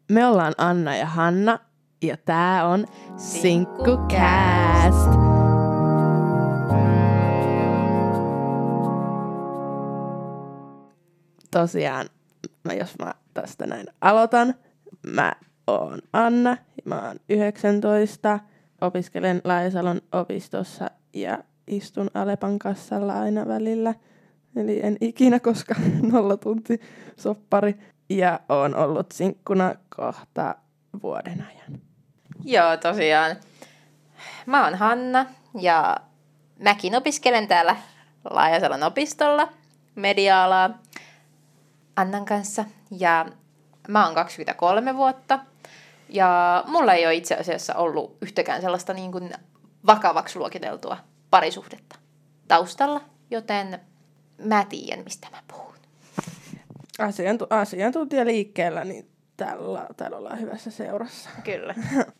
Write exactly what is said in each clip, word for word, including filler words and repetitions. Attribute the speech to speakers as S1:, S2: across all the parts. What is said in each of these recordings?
S1: Me ollaan Anna ja Hanna ja tää on SinkkuCast. Tosiaan, mä, jos mä tästä näin aloitan, mä oon Anna, mä oon yhdeksäntoista, opiskelen Laisalon opistossa ja istun Alepan kassalla aina välillä. Eli en ikinä, koska nolla tunti soppari. Ja oon ollut sinkkuna kohta vuoden ajan.
S2: Joo, tosiaan. Mä oon Hanna ja mäkin opiskelen täällä Laajasalon opistolla media-alaa Annan kanssa. Ja mä oon kaksikymmentäkolme vuotta ja mulla ei ole itse asiassa ollut yhtäkään sellaista niin kuin vakavaksi luokiteltua parisuhdetta taustalla, joten mä tiedän, mistä mä puhun.
S1: Asiantu- asiantuntija liikkeellä, niin täällä, täällä ollaan hyvässä seurassa.
S2: Kyllä.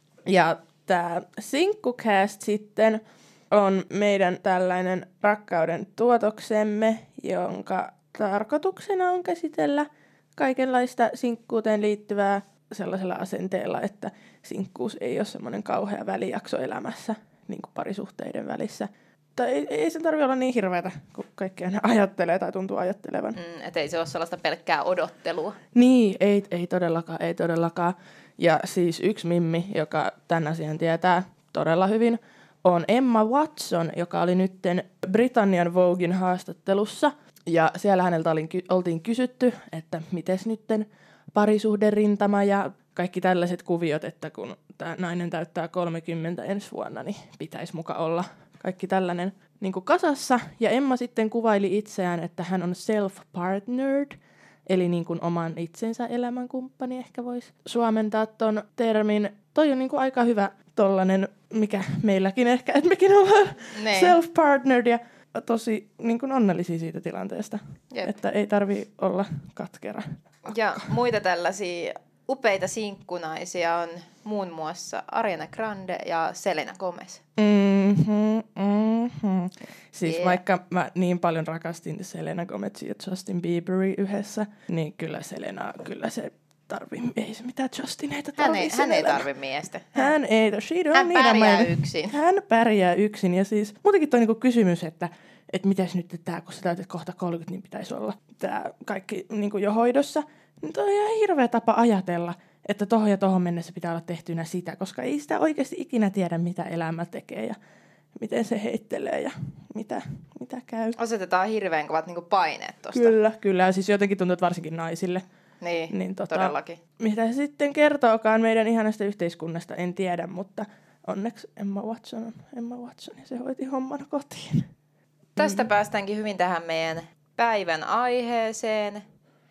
S1: Ja tää SinkkuCast sitten on meidän tällainen rakkauden tuotoksemme, jonka tarkoituksena on käsitellä kaikenlaista sinkkuuteen liittyvää sellaisella asenteella, että sinkkuus ei ole semmoinen kauhea välijakso elämässä niin kuin parisuhteiden välissä. Tai ei, ei sen tarvitse olla niin hirveätä, kun kaikki aina ajattelee tai tuntuu ajattelevan.
S2: Mm, että ei se ole sellaista pelkkää odottelua.
S1: Niin, ei, ei todellakaan, ei todellakaan. Ja siis yksi mimmi, joka tämän asian tietää todella hyvin, on Emma Watson, joka oli nytten Britannian Voguein haastattelussa. Ja siellä häneltä oli, oltiin kysytty, että mites nytten parisuhderintama ja kaikki tällaiset kuviot, että kun tämä nainen täyttää kolmekymmentä ensi vuonna, niin pitäisi muka olla kaikki tällainen niin kuin kasassa. Ja Emma sitten kuvaili itseään, että hän on self-partnered, eli niin kuin oman itsensä elämänkumppani ehkä voisi suomentaa ton termin. Toi on niin kuin aika hyvä tollanen, mikä meilläkin ehkä, että mekin ollaan
S2: Nein.
S1: self-partnered ja tosi niin kuin onnellisia siitä tilanteesta,
S2: Jep.
S1: että ei tarvi olla katkera.
S2: Ja muita tällaisia upeita sinkkunaisia on muun muassa Ariana Grande ja Selena Gomez.
S1: Mm-hmm, mm-hmm. Siis
S2: Yeah.
S1: vaikka mä niin paljon rakastin Selena Gomezia ja Justin Bieberia yhdessä, niin kyllä Selena, kyllä se tarvii, ei se mitään Justineita tarvii.
S2: Hän ei, hän ei tarvi miestä.
S1: Hän ei, she don't
S2: Hän
S1: need a
S2: pärjää
S1: man.
S2: yksin.
S1: Hän pärjää yksin ja siis muutenkin toi niinku kysymys, että että mitäs nyt tää, kun sä täytät kohta kolmekymmentä, niin pitäisi olla tää kaikki niinku jo hoidossa. Niin toi on ihan hirveä tapa ajatella, että tohon ja tohon mennessä pitää olla tehtynä sitä, koska ei sitä oikeasti ikinä tiedä, mitä elämä tekee ja miten se heittelee ja mitä, mitä käy.
S2: Asetetaan hirveän kovat niinku paineet tosta.
S1: Kyllä, kyllä. Ja siis jotenkin tuntuu, että varsinkin naisille.
S2: Niin,
S1: Niin tota,
S2: todellakin.
S1: mitä se sitten kertookaan meidän ihanasta yhteiskunnasta, en tiedä, mutta onneksi Emma Watson on Emma Watson ja se hoiti homman kotiin.
S2: Tästä päästäänkin hyvin tähän meidän päivän aiheeseen,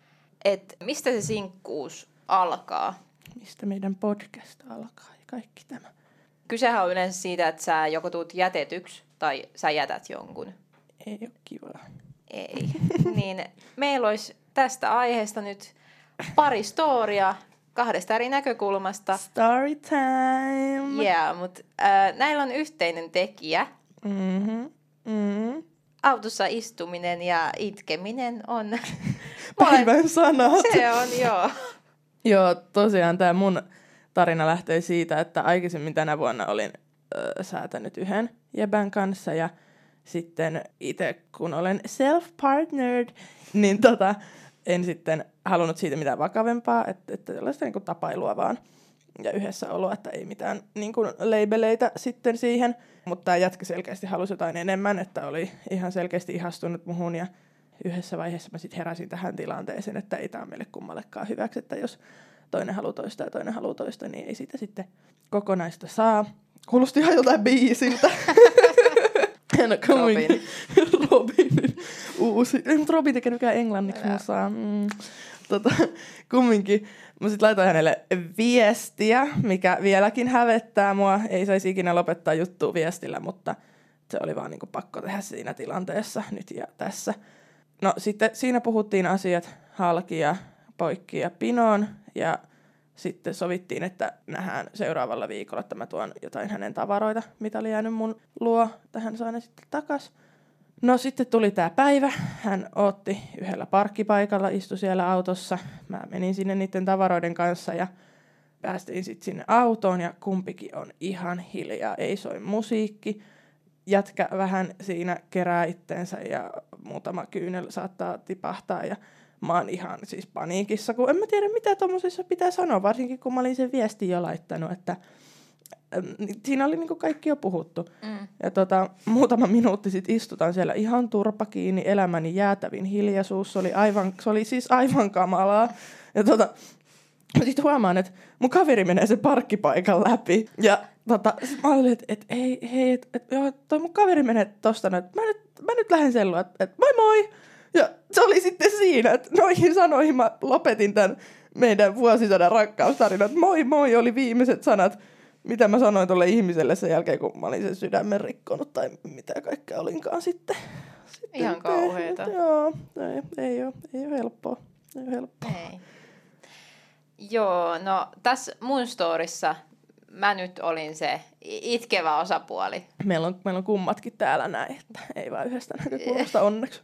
S2: että mistä se sinkkuus alkaa.
S1: Mistä meidän podcast alkaa ja kaikki tämä.
S2: Kysehän on yleensä siitä, että sä joko tuut jätetyksi tai sä jätät jonkun.
S1: Ei ole kivaa.
S2: Ei. Niin meillä olisi tästä aiheesta nyt pari storia kahdesta eri näkökulmasta.
S1: Story time!
S2: Yeah, mutta äh, näillä on yhteinen tekijä.
S1: Mm-hmm. Mm-hmm.
S2: Autossa istuminen ja itkeminen on...
S1: Päivän sanat.
S2: Se on, joo.
S1: Joo, tosiaan tämä mun tarina lähtee siitä, että aikaisemmin tänä vuonna olin ö, säätänyt yhden jäbän kanssa ja sitten itse kun olen self-partnered, niin tota, en sitten halunnut siitä mitään vakavempaa, että, että tällaista niin kuin tapailua vaan ja yhdessä oloa, että ei mitään niin kuin labeleita sitten siihen. Mutta tämä jätkä selkeästi halusi jotain enemmän, että oli ihan selkeästi ihastunut muhun ja yhdessä vaiheessa mä sitten heräsin tähän tilanteeseen, että ei tämä meille kummallekaan hyväksi, että jos toinen haluaa toista ja toinen haluaa toista, niin ei sitä sitten kokonaista saa. Kuulosti ihan joltain biisiltä.
S2: Robin.
S1: Robin. Uusi. Ei, mutta Robin tekee mikään englanniksi musaa. Mm. Tota, kumminkin. Mä sit laitoin hänelle viestiä, mikä vieläkin hävettää mua. Ei saisi ikinä lopettaa juttua viestillä, mutta se oli vaan niinku pakko tehdä siinä tilanteessa nyt ja tässä. No sitten siinä puhuttiin asiat halki ja poikki ja pinoon ja sitten sovittiin, että nähdään seuraavalla viikolla, että mä tuon jotain hänen tavaroita, mitä oli jäänyt mun luo, että hän saa ne sitten takas. No sitten tuli tää päivä, hän otti yhdellä parkkipaikalla, istui siellä autossa, mä menin sinne niiden tavaroiden kanssa ja päästiin sitten sinne autoon ja kumpikin on ihan hiljaa, ei soi musiikki. Jätkä vähän siinä kerää itteensä ja muutama kyynel saattaa tipahtaa ja mä oon ihan siis paniikissa, kun en mä tiedä mitä tommosissa pitää sanoa, varsinkin kun mä olin sen viestin jo laittanut, että ähm, siinä oli niinku kaikki jo puhuttu. Mm. Ja tota, muutama minuutti sitten istutaan siellä ihan turpa kiinni, elämäni jäätävin hiljaisuus, se oli, aivan, se oli siis aivan kamalaa. Ja tota, sitten huomaan, että mun kaveri menee sen parkkipaikan läpi ja tota, sit mä olin, että et, ei, hei, että et, joo, toi mun kaveri menee tosta, että mä nyt, mä nyt lähden sen luo, että et, moi moi! Ja se oli sitten siinä, että noihin sanoihin mä lopetin tämän meidän vuosisadan rakkaustarinan, että moi moi oli viimeiset sanat, mitä mä sanoin tuolle ihmiselle sen jälkeen, kun mä olin sen sydämen rikkonut tai mitä kaikkea olinkaan sitten. sitten
S2: Ihan kauheeta.
S1: Joo, ei, ei, ole, ei ole helppoa. Ei ole helppoa.
S2: Ei. Joo, no tässä mun storissa mä nyt olin se itkevä osapuoli.
S1: Meillä on, meillä on kummatkin täällä näin, että ei vaan yhdestä näkökulmasta onneksi.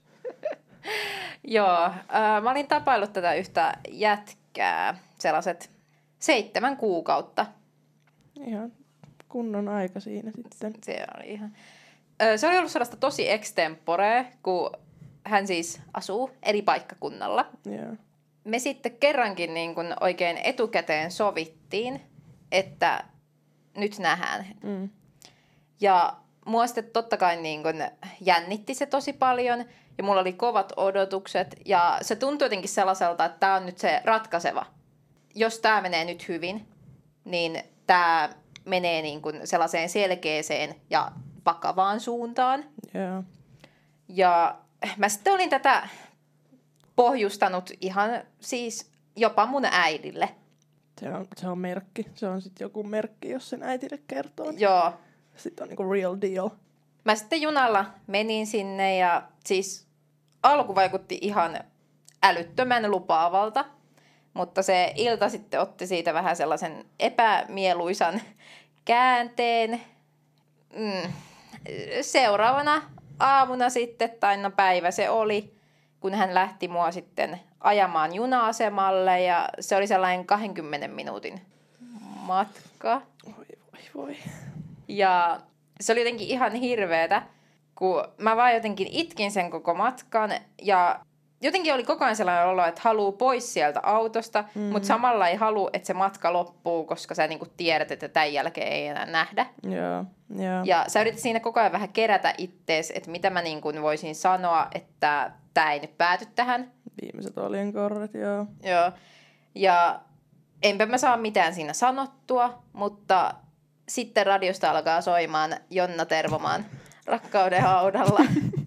S2: Joo, äh, mä olin tapaillut tätä yhtä jätkää sellaiset seitsemän kuukautta.
S1: Ihan kunnon aika siinä sitten.
S2: Se oli ihan... Äh, se oli ollut sellaista tosi extemporea, kun hän siis asuu eri paikkakunnalla.
S1: Joo.
S2: Me sitten kerrankin niin kun oikein etukäteen sovittiin, että nyt nähdään. Mm. Ja mua sitten totta kai niin kun jännitti se tosi paljon. Ja mulla oli kovat odotukset. Ja se tuntui jotenkin sellaiselta, että tämä on nyt se ratkaiseva. Jos tämä menee nyt hyvin, niin tämä menee niin kun sellaiseen selkeäseen ja vakavaan suuntaan.
S1: Yeah.
S2: Ja mä sitten olin tätä pohjustanut ihan siis jopa mun äidille.
S1: Se on, se on merkki. Se on sitten joku merkki, jos sen äitille kertoo. Niin
S2: joo.
S1: Sitten on niinku real deal.
S2: Mä sitten junalla menin sinne ja siis alku vaikutti ihan älyttömän lupaavalta. Mutta se ilta sitten otti siitä vähän sellaisen epämieluisan käänteen. Mm. Seuraavana aamuna sitten, tai no päivä se oli, kun hän lähti mua sitten ajamaan juna-asemalle ja se oli sellainen kahdenkymmenen minuutin matka.
S1: Voi, voi, voi.
S2: Ja se oli jotenkin ihan hirveetä, kun mä vaan jotenkin itkin sen koko matkan ja jotenkin oli koko ajan sellainen olo, että haluu pois sieltä autosta, mm-hmm. mutta samalla ei halua, että se matka loppuu, koska sä niinku tiedät, että tämän jälkeen ei enää nähdä.
S1: Yeah, yeah.
S2: Ja sä yritit siinä koko ajan vähän kerätä ittees, että mitä mä niinku voisin sanoa, että tää ei nyt pääty tähän.
S1: Viimeiset oljenkorret, joo.
S2: Joo. Ja enpä mä saa mitään siinä sanottua, mutta sitten radiosta alkaa soimaan Jonna Tervomaan Rakkauden haudalla.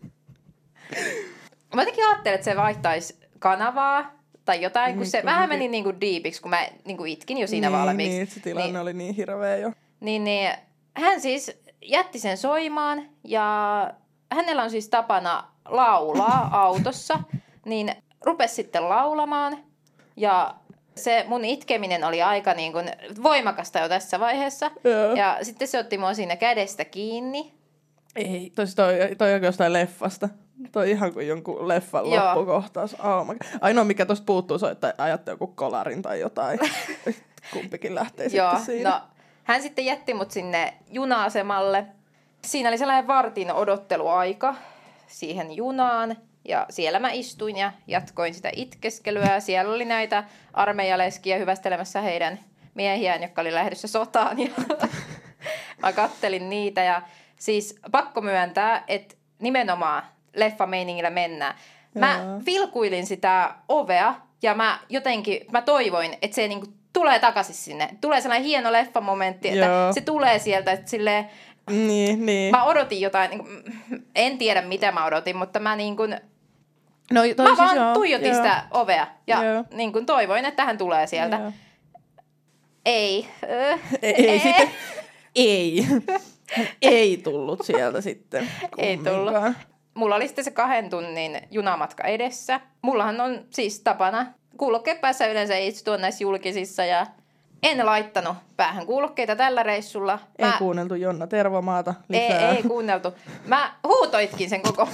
S2: Mä jotenkin ajattelin, että se vaihtaisi kanavaa tai jotain, kun se vähän meni niinku deepiksi, kun mä niinku itkin jo siinä
S1: niin,
S2: valmiiksi.
S1: Niin, se tilanne niin, oli niin hirveä jo.
S2: Niin, niin hän siis jätti sen soimaan ja hänellä on siis tapana laulaa autossa, niin rupesi sitten laulamaan ja se mun itkeminen oli aika niin kuin voimakasta jo tässä vaiheessa. Joo. Ja sitten se otti mua siinä kädestä kiinni.
S1: Ei, tosi toi, toi on jostain leffasta. Toi ihan kuin jonkun leffan Joo. loppukohtaus. Oh Ainoa mikä tosta puuttuu, se on, että ajatte joku kolarin tai jotain. Kumpikin lähtee
S2: Joo,
S1: sitten siinä.
S2: No, hän sitten jätti mut sinne juna-asemalle. Siinä oli sellainen vartin odotteluaika siihen junaan. Ja siellä mä istuin ja jatkoin sitä itkeskelyä. Siellä oli näitä armeijaleskiä hyvästelemässä heidän miehiään, jotka oli lähdössä sotaan. Ja mä kattelin niitä ja siis pakko myöntää, että nimenomaan leffameiningillä mennään. Mä Jaa. vilkuilin sitä ovea ja mä jotenkin, mä toivoin, että se niinku tulee takaisin sinne. Tulee sellainen hieno leffamomentti, että Joo. se tulee sieltä, että silleen,
S1: niin, niin.
S2: Mä odotin jotain, niin kuin, en tiedä mitä mä odotin, mutta mä niin kuin,
S1: no,
S2: mä vaan joo, tuijotin joo. sitä ovea ja niin kuin toivoin, että hän tulee sieltä. Joo. Ei.
S1: Ei, ei, sitten, ei. ei tullut sieltä sitten.
S2: Ei tullut. Mulla oli sitten se kahden tunnin junamatka edessä. Mullahan on siis tapana kuulokkeet päässä yleensä istua näissä julkisissa ja en laittanut päähän kuulokkeita tällä reissulla.
S1: Ei mä... kuunneltu Jonna Tervomaata lisää.
S2: Ei, ei kuunneltu. Mä huutoitkin sen koko...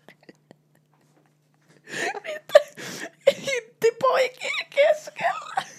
S1: Hitti poikii keskellä.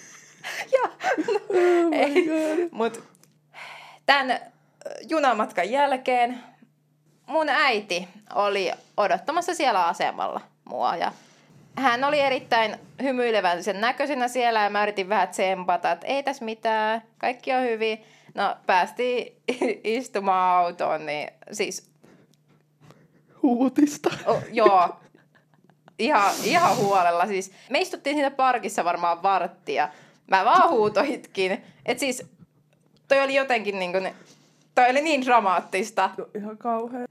S2: Mut tämän junamatkan jälkeen mun äiti oli odottamassa siellä asemalla mua ja hän oli erittäin hymyilevän sen näköisenä siellä ja mä yritin vähän tsempata, että ei tässä mitään, kaikki on hyvin. No päästiin istumaan autoon, niin siis...
S1: Huutista.
S2: Oh, joo, ihan, ihan huolella. Siis, me istuttiin siinä parkissa varmaan varttia. Mä vaan huutoitkin. Että siis toi oli jotenkin niin kuin... Toi oli niin dramaattista.
S1: Ihan kauhea.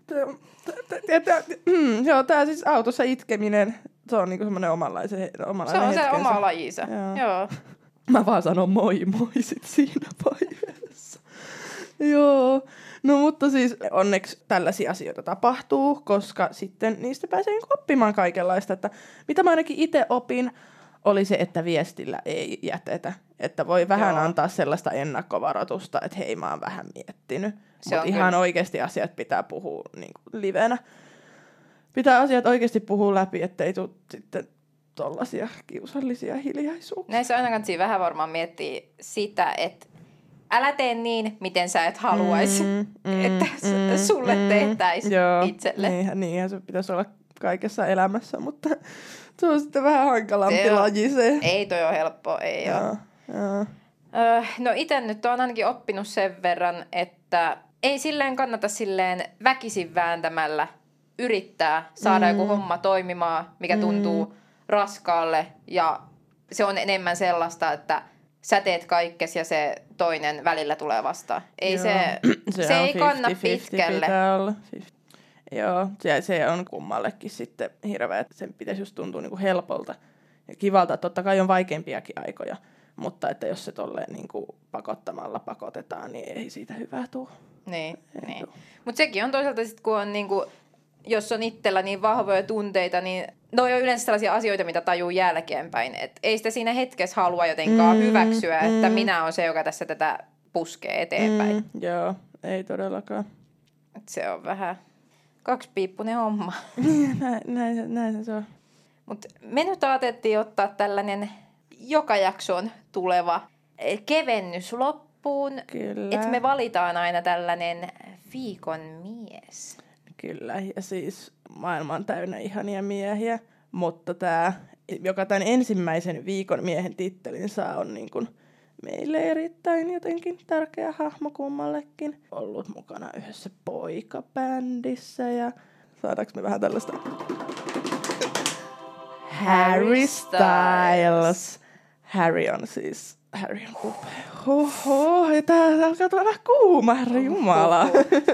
S1: Joo, tää siis autossa itkeminen, se on niinku semmoinen omanlaisen, omanlainen
S2: Se on
S1: hetkensä.
S2: se oma lajinsa. Joo. Joo.
S1: Mä vaan sanon moi moi sit siinä vaiheessa. Joo. No mutta siis onneksi tällaisia asioita tapahtuu, koska sitten niistä pääsee niinku oppimaan kaikenlaista. Että mitä mä ainakin itse opin, oli se, että viestillä ei jätetä. Että voi vähän Joo. antaa sellaista ennakkovaroitusta, että hei, mä oon vähän miettinyt. Mutta ihan kyllä. Oikeasti asiat pitää puhua niin kuin livenä. Pitää asiat oikeasti puhua läpi, ettei tule sitten tollaisia kiusallisia hiljaisuuksia.
S2: Näissä aina kannattaa vähän varmaan miettiä sitä, että älä tee niin, miten sä et haluaisi, mm, mm, että mm, sulle mm, tehtäisi mm, itselle.
S1: Niinhän, niinhän se pitäisi olla kaikessa elämässä, mutta se on sitten vähän hankalampi
S2: on,
S1: laji se.
S2: Ei toi ole helppoa, ei
S1: ja,
S2: ole.
S1: Ja.
S2: Öö, no itse nyt on ainakin oppinut sen verran, että ei silleen kannata silleen väkisin vääntämällä yrittää saada mm. joku homma toimimaan, mikä mm. tuntuu raskaalle. Ja se on enemmän sellaista, että sä teet kaikkes ja se toinen välillä tulee vastaan. Ei se, se, se ei kanna pitkälle.
S1: Joo, se, se on kummallekin sitten hirveä, että sen pitäisi just tuntua niinku helpolta ja kivalta. Totta kai on vaikeampiakin aikoja, mutta että jos se tolleen niinku pakottamalla pakotetaan, niin ei siitä hyvää tule.
S2: Niin, niin. Mutta sekin on toisaalta sitten, kun on niinku, jos on itsellä niin vahvoja tunteita, niin ne on yleensä sellaisia asioita, mitä tajuu jälkeenpäin. Et ei sitä siinä hetkessä halua jotenkaan mm, hyväksyä, mm. että minä olen se, joka tässä tätä puskee eteenpäin.
S1: Mm, joo, ei todellakaan.
S2: Et se on vähän kaksipiippunen homma.
S1: näin, näin, näin se on.
S2: Mut me nyt ajateltiin ottaa tällainen joka jaksoon tuleva kevennys loppuun.
S1: Kyllä.
S2: Että me valitaan aina tällainen viikon mies.
S1: Kyllä, ja siis maailma on täynnä ihania miehiä, mutta tämä, joka tämän ensimmäisen viikon miehen tittelin saa, on niin kuin meille erittäin jotenkin tärkeä hahmo kummallekin. Ollut mukana yhdessä poikabändissä ja saadaanko me vähän tällaista? Harry Styles. Harry on siis, Harry on upea. Hoho, ja tää alkaa tulla vähän kuuma, herra jumala.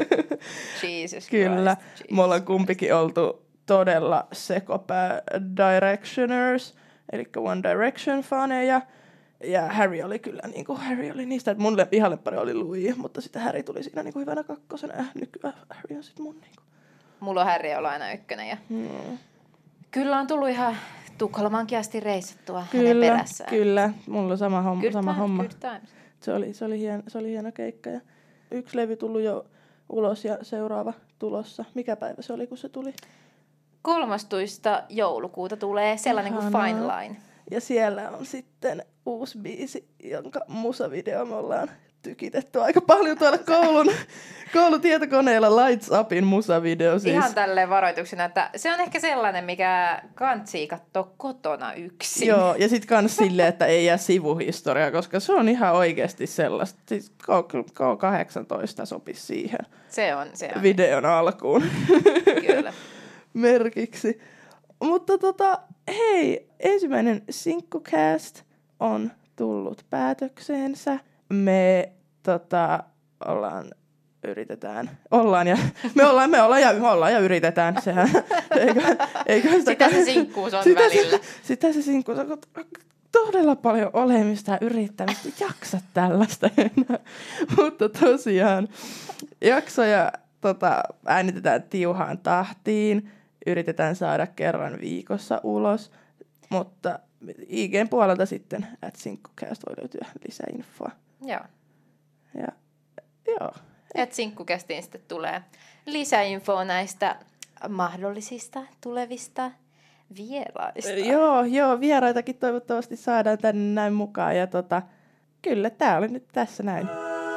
S2: Jesus
S1: Kyllä,
S2: Christ,
S1: me ollaan kumpikin oltu todella sekopää Directioners, eli One Direction faneja. Ja Harry oli kyllä, niin kuin Harry oli niistä, että mun ihallepari oli Louis, mutta sitten Harry tuli siinä niin kuin hyvänä kakkosena, ja nykyään Harry on sitten mun. Niin kuin.
S2: Mulla on Harry ollut aina ykkönen, ja hmm. kyllä on tullut ihan Tukholmaankin asti reissattua
S1: kyllä,
S2: hänen perässään.
S1: Kyllä, mulla on sama homma.
S2: Good
S1: sama
S2: times,
S1: homma.
S2: good times.
S1: Se oli, se, oli hieno, se oli hieno keikka. Ja yksi levy tullut jo ulos ja seuraava tulossa. Mikä päivä se oli, kun se tuli?
S2: kolmastoista joulukuuta tulee sellainen Ihanaa. kuin Fine Line.
S1: Ja siellä on sitten uusi biisi, jonka musavideo me ollaan tykitetty aika paljon tuolla koulun, koulutietokoneella Lights Upin musavideo. Siis.
S2: Ihan tälleen varoituksena, että se on ehkä sellainen, mikä kantsii katsoa kotona yksin.
S1: Joo, ja sitten kans silleen, että ei jää sivuhistoria, koska se on ihan oikeasti sellaista. Siis K kahdeksantoista sopisi siihen
S2: se on, se on.
S1: videon alkuun.
S2: Kyllä.
S1: Merkiksi. Mutta tota, hei, ensimmäinen SinkkuCast on tullut päätökseensä. Me tota, ollaan, yritetään, ollaan ja, me ollaan, me ollaan ja, me ollaan ja yritetään, sehän, eikö, eikö sitä,
S2: sitä se sinkkuus on
S1: sitä
S2: välillä.
S1: Se, sitä se sinkkuus on todella paljon olemista ja yrittämistä, jaksa tällaista enää. Mutta tosiaan, jaksoja tota, äänitetään tiuhaan tahtiin, yritetään saada kerran viikossa ulos, mutta I G:n puolelta sitten, että SinkkuCast voi löytyä lisäinfoa.
S2: Joo.
S1: Ja, joo.
S2: Että SinkkuCastiin sitten tulee lisäinfoa näistä mahdollisista tulevista vieraista.
S1: Joo, joo, vieraitakin toivottavasti saadaan tänne näin mukaan. Ja tota, kyllä, tää oli nyt tässä näin.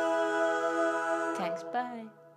S2: Thanks, bye.